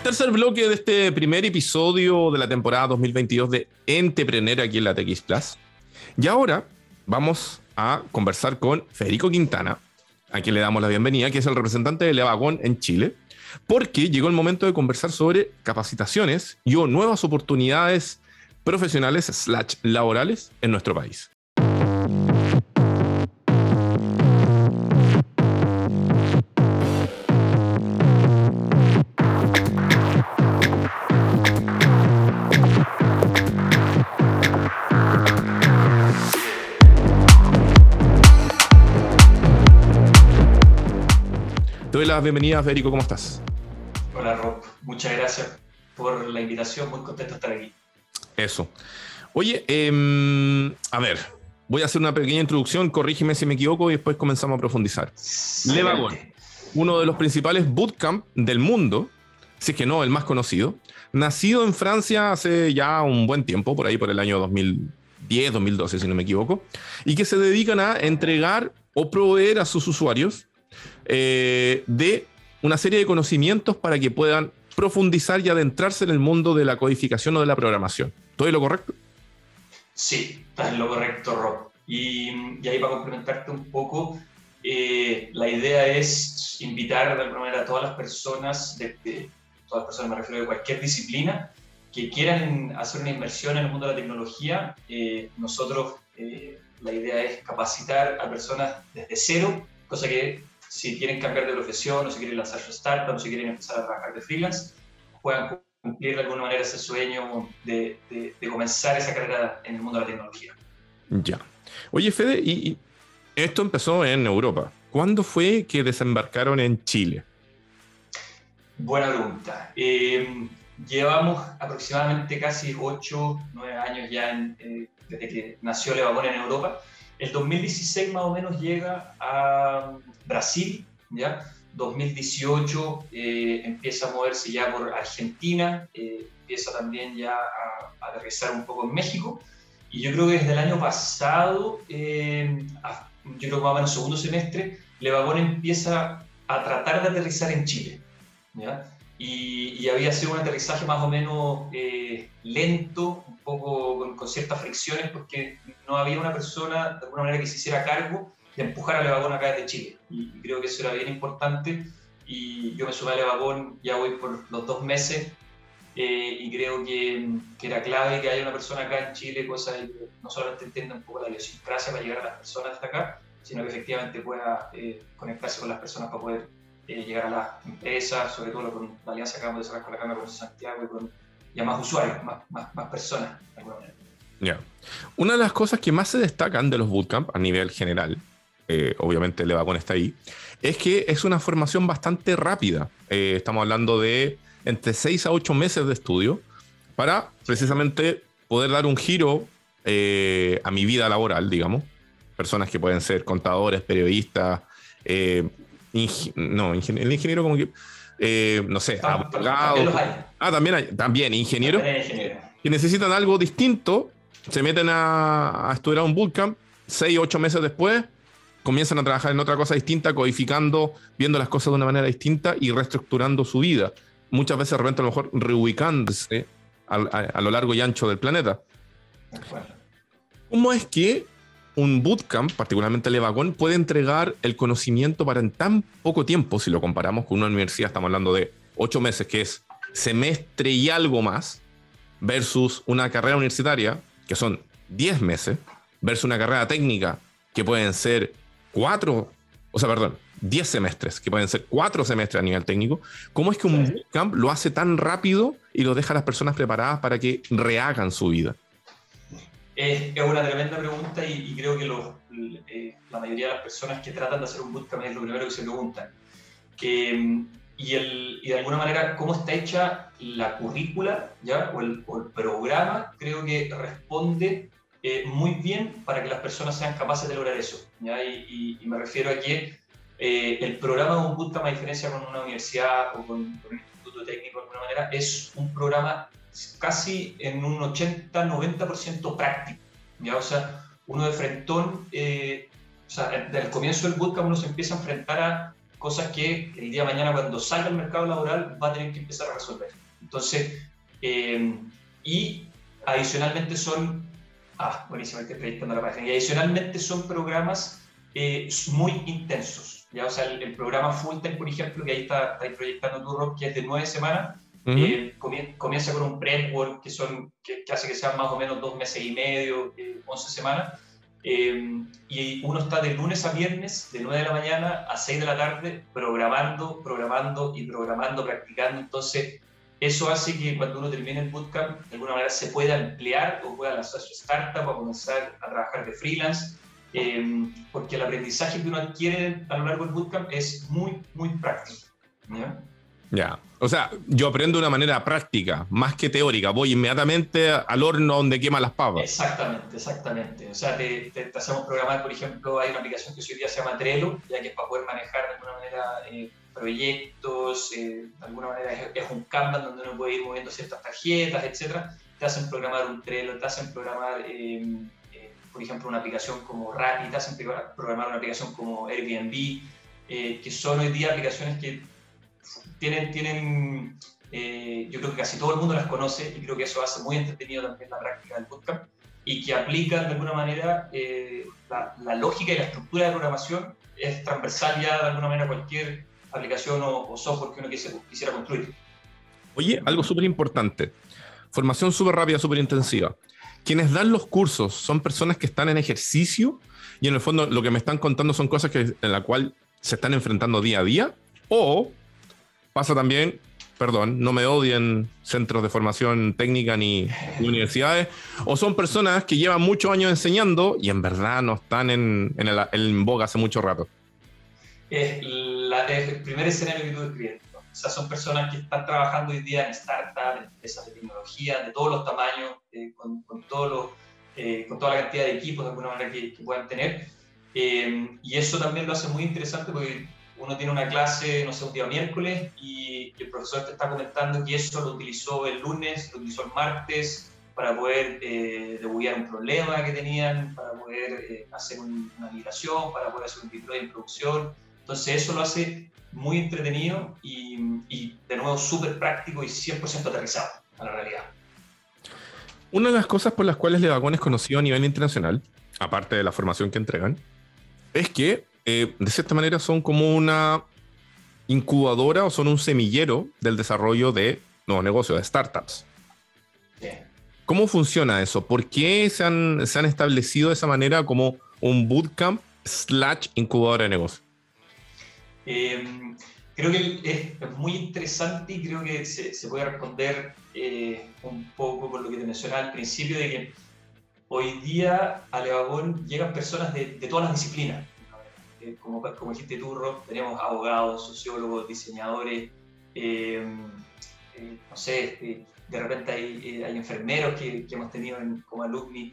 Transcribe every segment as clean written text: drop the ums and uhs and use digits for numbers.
Tercer bloque de este primer episodio de la temporada 2022 de Entrepreneur aquí en la TX Plus. Y ahora vamos a conversar con Federico Quintana, a quien le damos la bienvenida, que es el representante de Levagón en Chile, porque llegó el momento de conversar sobre capacitaciones y o nuevas oportunidades profesionales / laborales en nuestro país. Te doy la bienvenida, Federico, ¿cómo estás? Hola, Rob. Muchas gracias por la invitación. Muy contento de estar aquí. Eso. Oye, a ver, voy a hacer una pequeña introducción, corrígeme si me equivoco y después comenzamos a profundizar. Levagón, uno de los principales bootcamp del mundo, si es que no el más conocido, nacido en Francia hace ya un buen tiempo, por ahí por el año 2010, 2012, si no me equivoco, y que se dedican a entregar o proveer a sus usuarios de una serie de conocimientos para que puedan profundizar y adentrarse en el mundo de la codificación o de la programación. ¿Todo es lo correcto? Sí, estás en lo correcto, Rob. Y ahí para complementarte un poco, la idea es invitar de alguna manera a todas las personas, todas las personas me refiero de cualquier disciplina, que quieran hacer una inversión en el mundo de la tecnología. Nosotros, la idea es capacitar a personas desde cero, cosa que si quieren cambiar de profesión, o si quieren lanzar su startup, o si quieren empezar a trabajar de freelance, puedan cumplir de alguna manera ese sueño de comenzar esa carrera en el mundo de la tecnología. Ya. Oye, Fede, y esto empezó en Europa. ¿Cuándo fue que desembarcaron en Chile? Buena pregunta. Llevamos aproximadamente casi 8, 9 años ya desde que nació Levagón en Europa. El 2016 más o menos llega a Brasil, ¿ya? 2018 empieza a moverse ya por Argentina, empieza también ya a aterrizar un poco en México, y yo creo que desde el año pasado, yo creo que más o menos segundo semestre, Levagón empieza a tratar de aterrizar en Chile, ¿ya? Y había sido un aterrizaje más o menos lento, un poco con ciertas fricciones, porque no había una persona de alguna manera que se hiciera cargo de empujar a Levagón acá desde Chile. Y creo que eso era bien importante. Y yo me sumé a Levagón, ya voy por los 2 meses, y creo que era clave que haya una persona acá en Chile, cosa de que no solamente entienda un poco la idiosincrasia para llegar a las personas hasta acá, sino que efectivamente pueda conectarse con las personas para poder llegar a las empresas, sobre todo con la alianza que acabamos de sacar con la Cámara de Comercio de Santiago y con ya más usuarios, más personas, de alguna manera. Yeah. Una de las cosas que más se destacan de los bootcamp a nivel general, obviamente Levagón está ahí, es que es una formación bastante rápida. Estamos hablando de entre 6 a 8 meses de estudio para precisamente poder dar un giro a mi vida laboral, digamos. Personas que pueden ser contadores, periodistas, el ingeniero como que, no sé, abogados. También ingenieros que necesitan algo distinto, se meten a estudiar un bootcamp, 6 o 8 meses después comienzan a trabajar en otra cosa distinta, codificando, viendo las cosas de una manera distinta y reestructurando su vida. Muchas veces de repente a lo mejor reubicándose a lo largo y ancho del planeta. ¿Cómo es que un bootcamp, particularmente Levagón, puede entregar el conocimiento para en tan poco tiempo? Si lo comparamos con una universidad, estamos hablando de 8 meses, que es semestre y algo más, versus una carrera universitaria, que son 10 meses, versus una carrera técnica, que pueden ser 10 semestres, que pueden ser 4 semestres a nivel técnico. ¿Cómo es que un bootcamp lo hace tan rápido y lo deja a las personas preparadas para que rehagan su vida? Es una tremenda pregunta y creo que la mayoría de las personas que tratan de hacer un bootcamp es lo primero que se preguntan. Y de alguna manera, cómo está hecha la currícula, ¿ya? o el programa, creo que responde muy bien para que las personas sean capaces de lograr eso, ¿ya? Y me refiero a que el programa de un bootcamp, a diferencia con una universidad o con un instituto técnico de alguna manera, es un programa casi en un 80-90% práctico, ¿ya? O sea, uno de frentón, desde el comienzo del bootcamp uno se empieza a enfrentar cosas que el día de mañana cuando salga al mercado laboral va a tener que empezar a resolver. Entonces, y adicionalmente son, buenísimo, estoy proyectando la página, y adicionalmente son programas muy intensos, ¿ya? O sea, el programa Full Time, por ejemplo, que ahí está proyectando tu Rob, que es de 9 semanas, comienza con un prep work que hace que sean más o menos 2 meses y medio, 11 semanas, y uno está de lunes a viernes, de 9 de la mañana a 6 de la tarde, programando, practicando. Entonces, eso hace que cuando uno termine el bootcamp, de alguna manera se pueda emplear o pueda lanzar su startup o comenzar a trabajar de freelance, porque el aprendizaje que uno adquiere a lo largo del bootcamp es muy, muy práctico, ¿ya? Ya, o sea, yo aprendo de una manera práctica, más que teórica. Voy inmediatamente al horno donde queman las papas. Exactamente. O sea, te hacemos programar, por ejemplo, hay una aplicación que hoy día se llama Trello, ya que es para poder manejar de alguna manera proyectos, de alguna manera es un Kanban donde uno puede ir moviendo ciertas tarjetas, etcétera. Te hacen programar un Trello, te hacen programar, por ejemplo, una aplicación como Rappi, te hacen programar una aplicación como Airbnb, que son hoy día aplicaciones que tienen yo creo que casi todo el mundo las conoce y creo que eso hace muy entretenido también la práctica del bootcamp y que aplican de alguna manera la lógica y la estructura de programación es transversal ya de alguna manera a cualquier aplicación o software que uno quisiera construir. Oye, algo súper importante, formación súper rápida, súper intensiva. Quienes dan los cursos son personas que están en ejercicio y en el fondo lo que me están contando son cosas en la cual se están enfrentando día a día, o pasa también, perdón, no me odien centros de formación técnica ni universidades, o son personas que llevan muchos años enseñando y en verdad no están en boga hace mucho rato. Es el primer escenario que tú describes. O sea, son personas que están trabajando hoy día en startups, en empresas de tecnología, de todos los tamaños, con toda la cantidad de equipos de alguna manera que puedan tener. Y eso también lo hace muy interesante porque uno tiene una clase, no sé, un día miércoles y el profesor te está comentando que eso lo utilizó el lunes, lo utilizó el martes para poder debuguear un problema que tenían, para poder hacer una migración, para poder hacer un deploy en producción. Entonces eso lo hace muy entretenido y de nuevo súper práctico y 100% aterrizado a la realidad. Una de las cosas por las cuales Levacon es conocido a nivel internacional, aparte de la formación que entregan, es que de cierta manera son como una incubadora o son un semillero del desarrollo de nuevos negocios, de startups. Sí. ¿Cómo funciona eso? ¿Por qué se han establecido de esa manera como un bootcamp / incubadora de negocios? Creo que es muy interesante y creo que se puede responder un poco por lo que te mencionaba al principio, de que hoy día a Levacon llegan personas de todas las disciplinas. Como dijiste tú, Rob, tenemos abogados, sociólogos, diseñadores, no sé, de repente hay enfermeros que hemos tenido como alumni.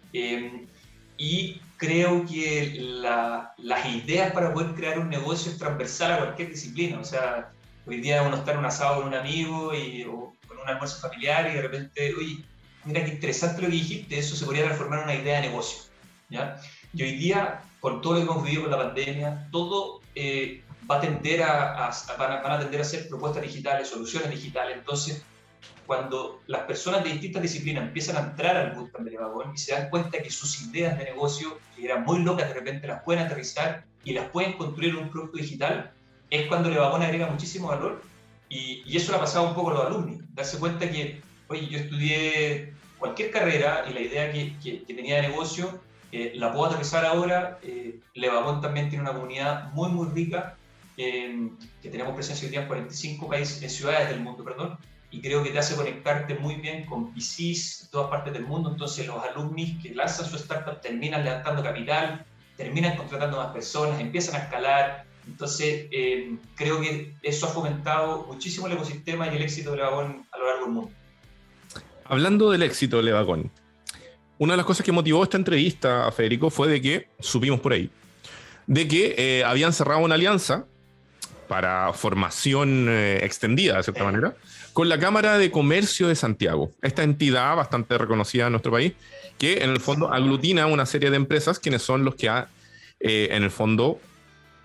Y creo que las ideas para poder crear un negocio es transversal a cualquier disciplina. O sea, hoy día uno está en un asado con un amigo o con un almuerzo familiar y de repente, oye, mira qué interesante lo que dijiste, eso se podría transformar en una idea de negocio, ¿ya? Y hoy día, con todo lo que hemos vivido con la pandemia, todo van a tender a ser propuestas digitales, soluciones digitales. Entonces, cuando las personas de distintas disciplinas empiezan a entrar al bootcamp de Levacon y se dan cuenta que sus ideas de negocio, que eran muy locas, de repente las pueden aterrizar y las pueden construir en un producto digital, es cuando Levacon agrega muchísimo valor. Y eso le ha pasado un poco a los alumnos, darse cuenta que, oye, yo estudié cualquier carrera y la idea que tenía de negocio la puedo aterrizar ahora. Levacon también tiene una comunidad muy, muy rica, que tenemos presencia hoy día en 45 países, en ciudades del mundo, perdón, y creo que te hace conectarte muy bien con VCs de todas partes del mundo. Entonces los alumnos que lanzan su startup terminan levantando capital, terminan contratando más personas, empiezan a escalar. Entonces creo que eso ha fomentado muchísimo el ecosistema y el éxito de Levacon a lo largo del mundo. Hablando del éxito de Levacon, una de las cosas que motivó esta entrevista a Federico fue de que, supimos por ahí, de que habían cerrado una alianza para formación extendida, de cierta manera, con la Cámara de Comercio de Santiago, esta entidad bastante reconocida en nuestro país, que en el fondo aglutina una serie de empresas, quienes son los que en el fondo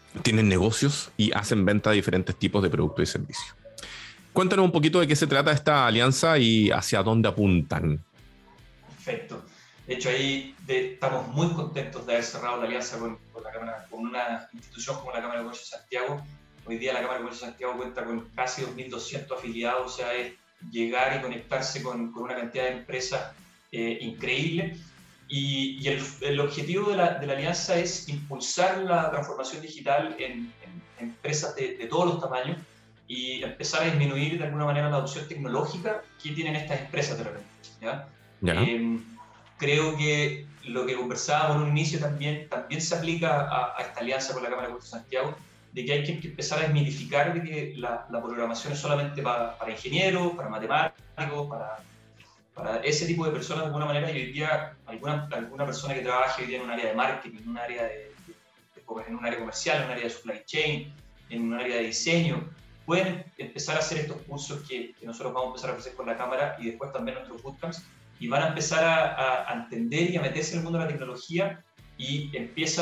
tienen negocios y hacen venta de diferentes tipos de productos y servicios. Cuéntanos un poquito de qué se trata esta alianza y hacia dónde apuntan. Perfecto. De hecho, ahí estamos muy contentos de haber cerrado la alianza con la Cámara, con una institución como la Cámara de Comercio de Santiago. Hoy día la Cámara de Comercio de Santiago cuenta con casi 2.200 afiliados, o sea, es llegar y conectarse con una cantidad de empresas increíble. Y el objetivo de la alianza es impulsar la transformación digital en empresas de todos los tamaños y empezar a disminuir de alguna manera la adopción tecnológica que tienen estas empresas de repente, ¿ya? ¿Ya? Creo que lo que conversábamos en un inicio también se aplica a esta alianza con la Cámara de Comercio de Santiago, de que hay que empezar a desmitificar de que la programación es solamente para ingenieros, para matemáticos, para ese tipo de personas de alguna manera, y hoy día alguna persona que trabaje hoy día en un área de marketing, en un área comercial, en un área de supply chain, en un área de diseño, pueden empezar a hacer estos cursos que nosotros vamos a empezar a ofrecer con la Cámara y después también nuestros bootcamps, y van a empezar a entender y a meterse en el mundo de la tecnología y empiezan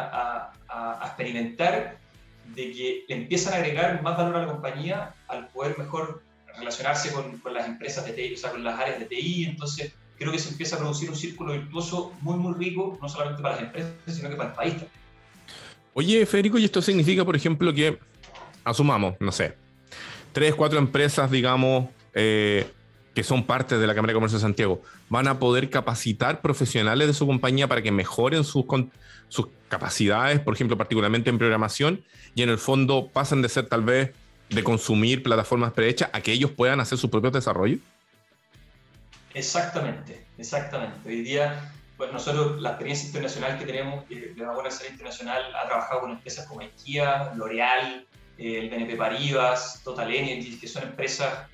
a experimentar de que le empiezan a agregar más valor a la compañía al poder mejor relacionarse con las empresas de TI, o sea, con las áreas de TI. Entonces creo que se empieza a producir un círculo virtuoso muy, muy rico, no solamente para las empresas, sino que para el país también. Oye, Federico, ¿y esto significa, por ejemplo, que asumamos, no sé, 3, 4 empresas, digamos, que son parte de la Cámara de Comercio de Santiago, van a poder capacitar profesionales de su compañía para que mejoren sus capacidades, por ejemplo, particularmente en programación, y en el fondo pasan de ser tal vez de consumir plataformas prehechas a que ellos puedan hacer sus propios desarrollos? Exactamente, exactamente. Hoy día, pues nosotros, la experiencia internacional que tenemos, de la Buena Serie Internacional, ha trabajado con empresas como IKEA, L'Oréal, el BNP Paribas, Total Energy, que son empresas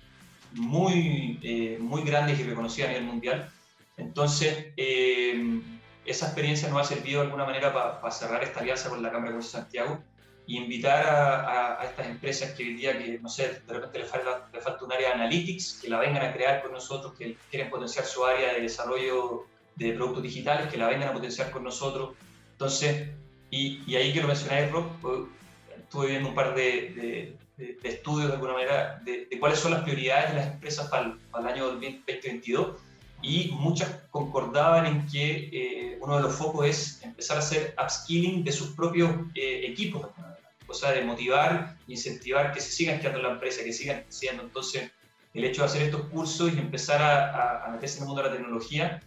muy grandes y reconocidas a nivel mundial. Entonces, esa experiencia nos ha servido de alguna manera para cerrar esta alianza con la Cámara de Comercio de Santiago e invitar a estas empresas que hoy día, que no sé, de repente les falta un área de analytics, que la vengan a crear con nosotros, que quieren potenciar su área de desarrollo de productos digitales, que la vengan a potenciar con nosotros. Entonces, y ahí que lo mencionáis, Rob, estuve viendo un par de estudios de alguna manera de cuáles son las prioridades de las empresas para el año 2022, y muchas concordaban en que uno de los focos es empezar a hacer upskilling de sus propios equipos, o sea, de motivar, incentivar que se sigan quedando en la empresa, que sigan creciendo. Entonces, el hecho de hacer estos cursos y empezar a meterse en el mundo de la tecnología,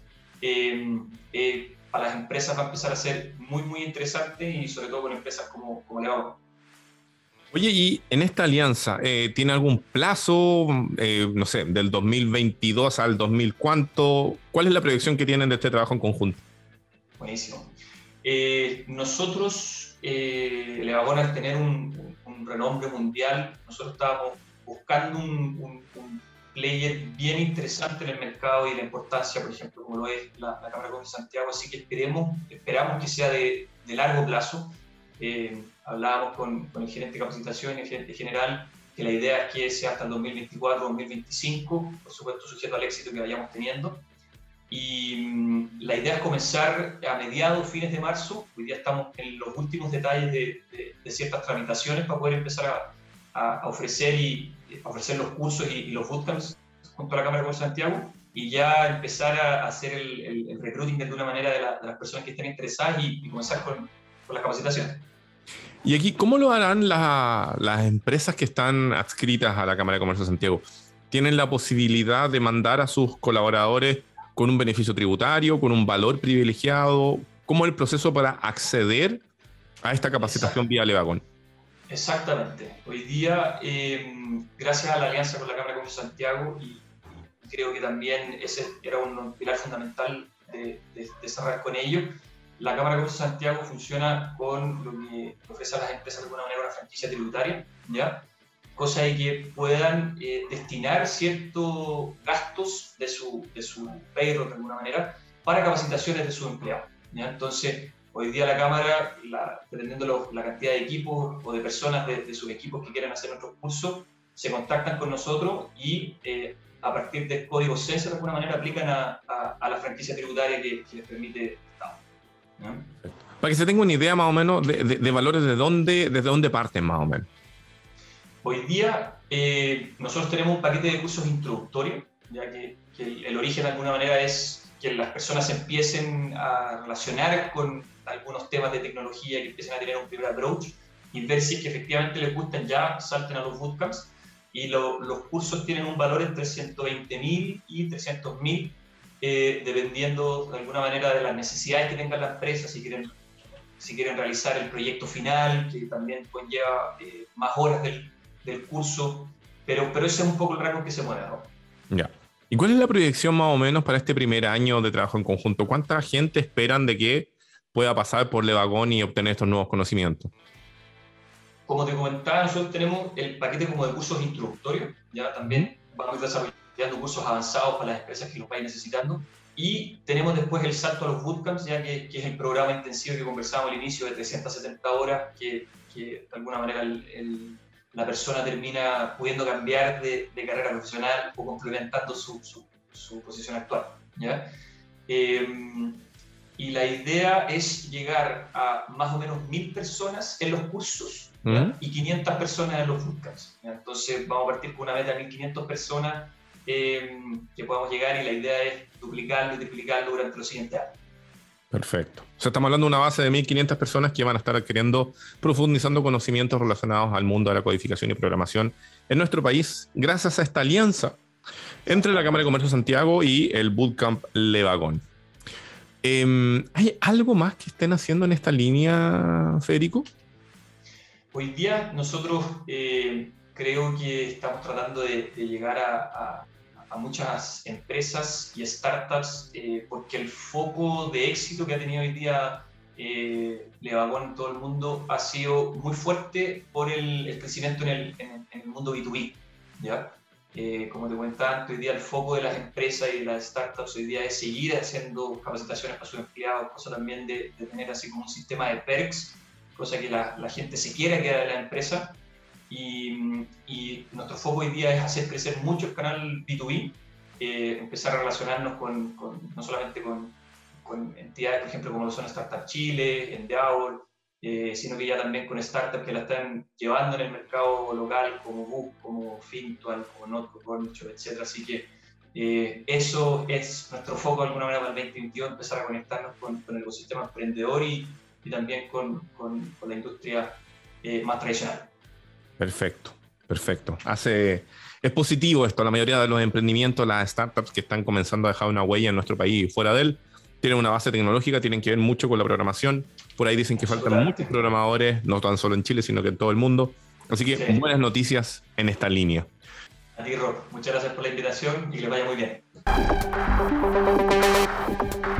para las empresas va a empezar a ser muy interesante, y sobre todo con empresas como Levagón. Oye, y en esta alianza, ¿tiene algún plazo, no sé, del 2022 al 2000 cuánto? ¿Cuál es la proyección que tienen de este trabajo en conjunto? Buenísimo. Nosotros, Levagón, al tener un renombre mundial, nosotros estábamos buscando un player bien interesante en el mercado y la importancia, por ejemplo, como lo es la Cámara de Comercio de Santiago, así que esperamos que sea de largo plazo. Hablábamos con el gerente de capacitación y el gerente general que la idea es que sea hasta el 2024-2025, por supuesto sujeto al éxito que vayamos teniendo. Y la idea es comenzar a mediados, fines de marzo. Hoy día estamos en los últimos detalles de ciertas tramitaciones para poder empezar a ofrecer los cursos y los bootcamps junto a la Cámara de Comercio de Santiago, y ya empezar a hacer el recruiting de alguna manera de las personas que estén interesadas y comenzar con las capacitaciones. Y aquí, ¿cómo lo harán las empresas que están adscritas a la Cámara de Comercio de Santiago? ¿Tienen la posibilidad de mandar a sus colaboradores con un beneficio tributario, con un valor privilegiado? ¿Cómo es el proceso para acceder a esta capacitación vía Levagón? Exactamente. Hoy día, gracias a la alianza con la Cámara de Comercio de Santiago, y creo que también ese era un pilar fundamental de cerrar con ellos, la Cámara de Comercio de Santiago funciona con lo que ofrece a las empresas de alguna manera una franquicia tributaria, ¿ya? Cosa de que puedan destinar ciertos gastos de su payroll de alguna manera para capacitaciones de sus empleados, ¿ya? Entonces, hoy día la Cámara, dependiendo la cantidad de equipos o de personas de sus equipos que quieran hacer nuestros cursos, se contactan con nosotros y a partir del código CENSE de alguna manera aplican a la franquicia tributaria que les permite el Estado. Para que se tenga una idea más o menos de valores desde dónde parten más o menos. Hoy día nosotros tenemos un paquete de cursos introductorios, ya que el origen de alguna manera es que las personas empiecen a relacionar con algunos temas de tecnología, que empiecen a tener un primer approach y ver si es que efectivamente les gustan, ya salten a los bootcamps. Y los cursos tienen un valor entre 120.000 y 300.000, dependiendo de alguna manera de las necesidades que tenga la empresa, si quieren realizar el proyecto final, que también conlleva más horas del curso, pero ese es un poco el rango que se mueve, ¿no? Ya. ¿Y cuál es la proyección más o menos para este primer año de trabajo en conjunto? ¿Cuánta gente esperan de que pueda pasar por Levagón y obtener estos nuevos conocimientos? Como te comentaba, nosotros tenemos el paquete como de cursos introductorios, ya también vamos a ir desarrollando cursos avanzados para las empresas que los vayan necesitando, y tenemos después el salto a los bootcamps, ya que es el programa intensivo que conversábamos al inicio de 370 horas, que de alguna manera la persona termina pudiendo cambiar de carrera profesional o complementando su posición actual, ¿ya? Y la idea es llegar a más o menos 1.000 personas en los cursos, y 500 personas en los bootcamps, ¿ya? Entonces vamos a partir con una meta de 1.500 personas que podamos llegar, y la idea es duplicarlo y triplicarlo durante los siguientes años. Perfecto. O sea, estamos hablando de una base de 1.500 personas que van a estar adquiriendo, profundizando conocimientos relacionados al mundo de la codificación y programación en nuestro país, gracias a esta alianza entre la Cámara de Comercio de Santiago y el Bootcamp Levagón. ¿Hay algo más que estén haciendo en esta línea, Federico? Hoy día nosotros creo que estamos tratando de llegar a muchas empresas y startups, porque el foco de éxito que ha tenido hoy día Levagón en todo el mundo ha sido muy fuerte por el crecimiento en el mundo B2B, ¿ya? Como te comentaba antes, hoy día el foco de las empresas y de las startups hoy día es seguir haciendo capacitaciones para sus empleados, cosa también de tener así como un sistema de perks, cosa que la gente se quiera quedar en la empresa. Y nuestro foco hoy día es hacer crecer mucho el canal B2B, empezar a relacionarnos no solamente con entidades, por ejemplo, como lo son Startup Chile, Endeavor, sino que ya también con startups que la están llevando en el mercado local, como Book, como Fintual, como Notebook, etc. Así que eso es nuestro foco de alguna manera para el 2022, empezar a conectarnos con el ecosistema emprendedor y también con la industria más tradicional. Perfecto, perfecto. Es positivo esto. La mayoría de los emprendimientos, las startups que están comenzando a dejar una huella en nuestro país y fuera de él, tienen una base tecnológica, tienen que ver mucho con la programación. Por ahí dicen que faltan muchos programadores, no tan solo en Chile, sino que en todo el mundo. Así que sí, buenas noticias en esta línea. A ti, Rob. Muchas gracias por la invitación y que les vaya muy bien.